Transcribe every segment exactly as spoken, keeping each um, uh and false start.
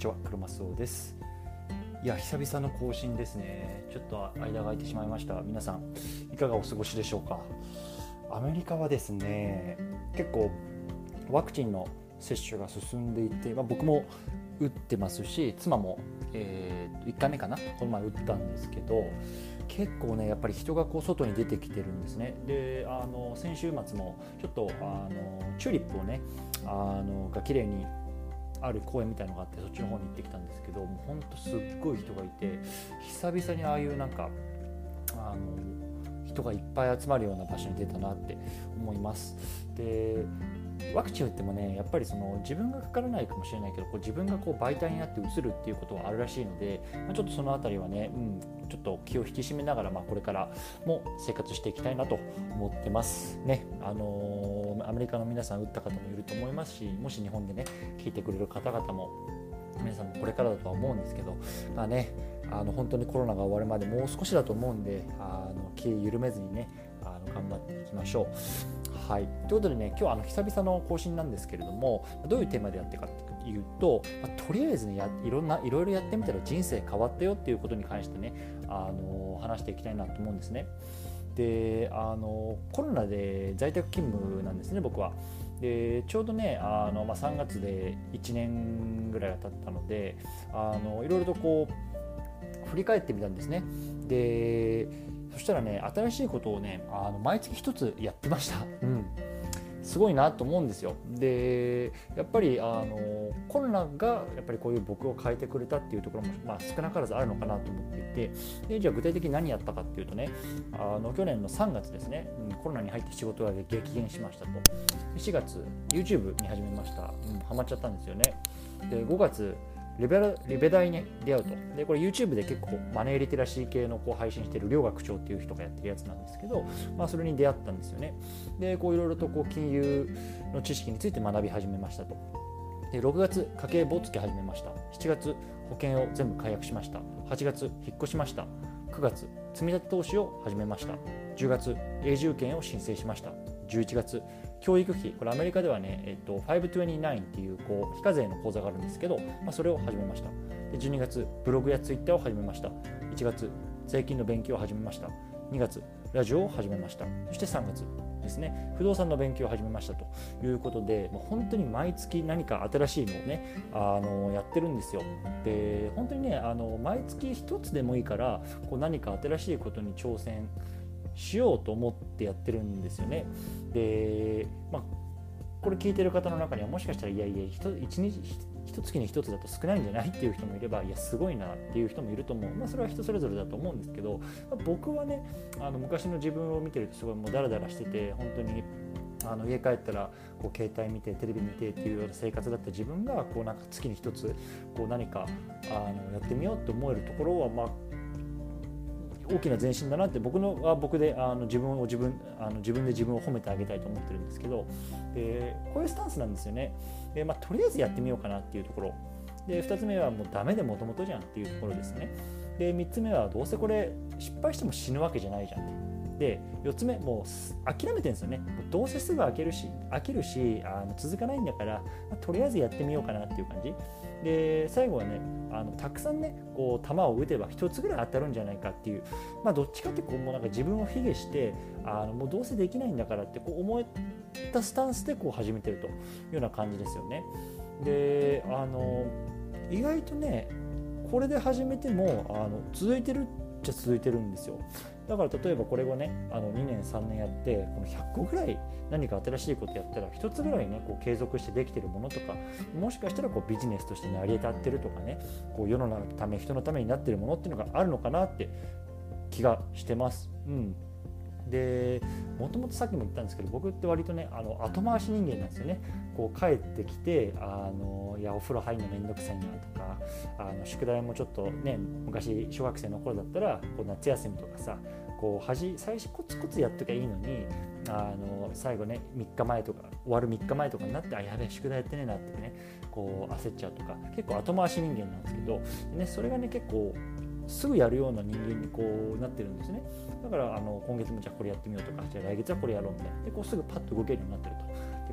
ちは、クロマスオです。いや、久々の更新ですね。ちょっと間が空いてしまいました。皆さんいかがお過ごしでしょうか。アメリカはですね、結構ワクチンの接種が進んでいて、まあ、僕も打ってますし、妻も、えー、いっかいめかな、この前打ったんですけど、結構ねやっぱり人がこう外に出てきてるんですね。で、あの先週末もちょっとあのチューリップをねあのが綺麗にある公園みたいなのがあって、そっちの方に行ってきたんですけど、もうほんとすっごい人がいて、久々にああいうなんかあの人がいっぱい集まるような場所に出たなって思います。で、ワクチン打ってもね、やっぱりその自分がかからないかもしれないけど、こう自分がこう媒体になって移るっていうことはあるらしいので、まあ、ちょっとそのあたりはね、うん、ちょっと気を引き締めながら、まあ、これからも生活していきたいなと思ってますね。あのー、アメリカの皆さん打った方もいると思いますし、もし日本でね聞いてくれる方々も皆さんもこれからだとは思うんですけど、まあね、あの本当にコロナが終わるまでもう少しだと思うんで、あの気を緩めずにねあの頑張っていきましょう。はい、ということでね、今日はあの久々の更新なんですけれども、どういうテーマでやっていくかというと、まあ、とりあえずねやいろんないろいろやってみたら人生変わったよっていうことに関してね、あの話していきたいなと思うんですね。で、あのコロナで在宅勤務なんですね、僕は。で、ちょうどねあの、まあ、さんがつでいちねんぐらいが経ったので、あのいろいろとこう振り返ってみたんですね。で、そしたらね、新しいことをねあの毎月一つやってました。うん、すごいなと思うんですよ。で、やっぱりあのコロナがやっぱりこういう僕を変えてくれたっていうところも、まあ、少なからずあるのかなと思っていて、でじゃあ具体的に何やったかっていうとね、あの去年のさんがつですね、うん、コロナに入って仕事が激減しましたと。しがつ YouTube に始めました。うん、ハマっちゃったんですよね。で、ごがつリベラリベ大に、ね、出会うと。で、これ YouTube で結構マネーリテラシー系のこう配信している両学長っていう人がやってるやつなんですけど、まあ、それに出会ったんですよね。で、こういろいろとこう金融の知識について学び始めましたと。で、ろくがつ家計簿をつけ始めました。しちがつ保険を全部解約しました。はちがつ引っ越しました。くがつ積み立て投資を始めました。じゅうがつ永住権を申請しました。じゅういちがつ教育費、これアメリカではね、えっと、ごひゃくにじゅうきゅうっていう、こう非課税の口座があるんですけど、まあ、それを始めました。で、じゅうにがつブログやツイッターを始めました。いちがつ税金の勉強を始めました。にがつラジオを始めました。そしてさんがつですね、不動産の勉強を始めましたということで、もう本当に毎月何か新しいのをねあのやってるんですよ。で、本当にねあの毎月一つでもいいからこう何か新しいことに挑戦しようと思ってやってるんですよね。で、まあ、これ聞いてる方の中にはもしかしたらいやいや一日一月に一つだと少ないんじゃないっていう人もいれば、いやすごいなっていう人もいると思う。まあ、それは人それぞれだと思うんですけど、まあ、僕はねあの昔の自分を見てるとすごいもうダラダラしてて、本当にあの家帰ったらこう携帯見てテレビ見てっていうような生活だった自分がこうなんか月に一つこう何かあのやってみようって思えるところは、まあ大きな前進だなって僕のは僕であの自分を自分あの自分で自分を褒めてあげたいと思ってるんですけど、でこういうスタンスなんですよね。で、まあ、とりあえずやってみようかなっていうところで、ふたつめはもうダメでもともとじゃんっていうところですね。で、みっつめはどうせこれ失敗しても死ぬわけじゃないじゃんって。で、よっつめもう諦めてるんですよね。もうどうせすぐ飽きるし飽きるしあの続かないんだから、まあ、とりあえずやってみようかなっていう感じで、最後はねあのたくさんねこう球を打てばひとつぐらい当たるんじゃないかっていう、まあ、どっちかってこうもうなんか自分を卑下してあのもうどうせできないんだからってこう思ったスタンスでこう始めてるというような感じですよね。で、あの意外とねこれで始めてもあの続いてるっちゃ続いてるんですよ。だから例えばこれをねあのにねんさんねんやってこのひゃっこぐらい何か新しいことやったらひとつぐらいねこう継続してできてるものとか、もしかしたらこうビジネスとして成り立ってるとかね、こう世の中のため人のためになってるものっていうのがあるのかなって気がしてます。うん。で、もともとさっきも言ったんですけど、僕って割とねあの後回し人間なんですよね。こう帰ってきてあのいやお風呂入るのめんどくさいなとか、あの宿題もちょっとね昔小学生の頃だったらこう夏休みとかさこうはじ最初コツコツやっときゃいいのに、あの最後ねみっかまえとか終わるみっかまえとかになって、あやべえ宿題やってねえなってねこう焦っちゃうとか、結構後回し人間なんですけど、ね、それがね結構すぐやるような人間にこうなってるんですね。だからあの今月もじゃあこれやってみようとか、じゃあ来月はこれやろうみたいなでこうすぐパッと動けるようになってると。で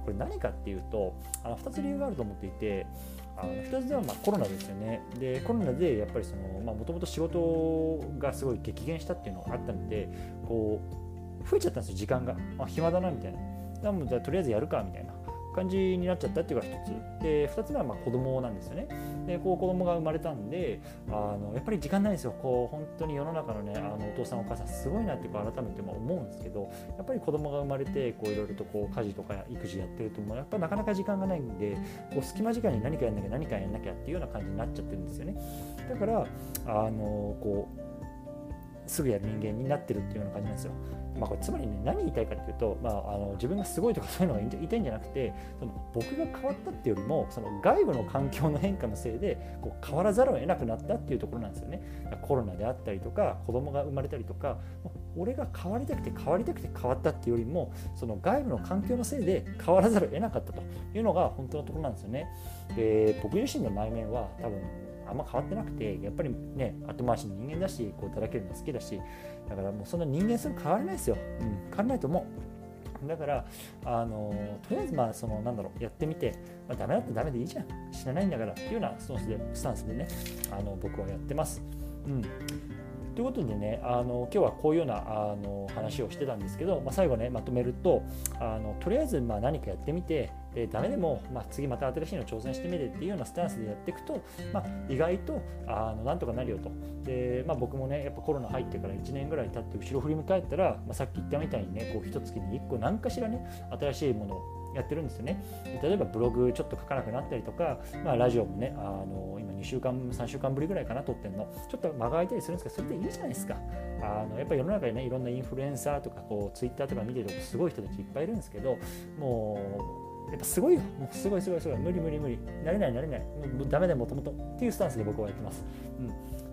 これ何かっていうと、あのふたつ理由があると思っていて、あのふたつではまあコロナですよね。でコロナでやっぱりそのもともと仕事がすごい激減したっていうのがあったので、こう増えちゃったんですよ、時間が。あ、暇だなみたいな。なのでとりあえずやるかみたいな感じになっちゃったっていうのが一つで、二つ目はまあ子供なんですよね。でこう子供が生まれたんで、あのやっぱり時間ないんですよ。こう本当に世の中のね、あのお父さんお母さんすごいなってこう改めても思うんですけど、やっぱり子供が生まれてこういろいろとこう家事とか育児やってるともやっぱなかなか時間がないんで、こう隙間時間に何かやんなきゃ何かやんなきゃっていうような感じになっちゃってるんですよね。だからあのこうすぐやる人間になってるっていうような感じなんですよ。まあ、これつまりね、何言いたいかというと、まあ、あの自分がすごいとかそういうのが言いたいんじゃなくて、その僕が変わったっていうよりも、その外部の環境の変化のせいでこう変わらざるを得なくなったっていうところなんですよね。コロナであったりとか、子供が生まれたりとか、俺が変わりたくて変わりたくて変わったっていうよりも、その外部の環境のせいで変わらざるを得なかったというのが本当のところなんですよね。で、僕自身の内面は多分あんま変わってなくて、やっぱりね、後回しの人間だし、こうだらけるの好きだし、だからもうそんな人間する変わらないですよ、うん、変わらないと思う。だからあのとりあえずまあそのなんだろうやってみて、まあ、ダメだったらダメでいいじゃん、知らないんだからっていうようなスタンスでスタンスでね、あの僕はやってます。うん。ということでね、あの今日はこういうようなあの話をしてたんですけど、まあ、最後ねまとめると、あのとりあえずまあ何かやってみて、でダメでも、まあ、次また新しいの挑戦してみてっていうようなスタンスでやっていくと、まあ、意外とあのなんとかなるよと。で、まあ、僕もねやっぱコロナ入ってからいちねんぐらい経って後ろ振り返ったら、まあ、さっき言ったみたいにね、こう一月にいっこ何かしらね新しいものをやってるんですよね。例えばブログちょっと書かなくなったりとか、まあ、ラジオもね、あの今にしゅうかんさんしゅうかんぶりぐらいかな撮ってんの、ちょっと間が空いたりするんですけど、それでいいじゃないですか。あのやっぱり世の中にねいろんなインフルエンサーとかこうツイッターとか見てるとすごい人たちいっぱいいるんですけど、もうやっぱすごいよ、もうすごいすごいすごい、無理無理無理、なれないなれない、もうダメだよもともとっていうスタンスで僕はやってます。うん、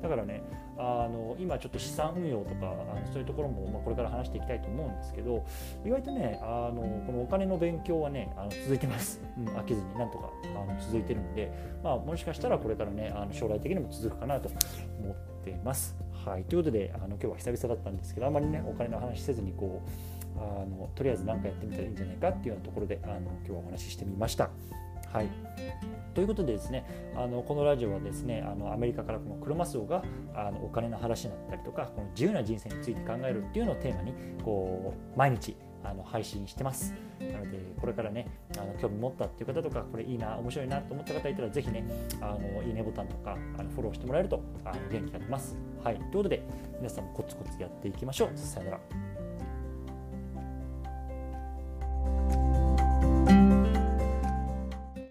だからね、あの今ちょっと資産運用とかあのそういうところも、まあ、これから話していきたいと思うんですけど、意外とね、あのこのお金の勉強はねあの続いてます、うん、飽きずになんとかあの続いてるんで、まあ、もしかしたらこれからねあの将来的にも続くかなと思ってます。はい、ということであの今日は久々だったんですけど、あまりねお金の話せずにこうあのとりあえず何かやってみたらいいんじゃないかっていうようなところであの今日はお話ししてみました。はい、ということでですね、あのこのラジオはですね、あのアメリカからこのクロマスオがあのお金の話だったりとか、この自由な人生について考えるっていうのをテーマにこう毎日あの配信してます。なのでこれからねあの興味持ったっていう方とか、これいいな面白いなと思った方いたらぜひねあのいいねボタンとかあのフォローしてもらえるとあの元気になってます。はい、ということで皆さんもコツコツやっていきましょう。さよなら。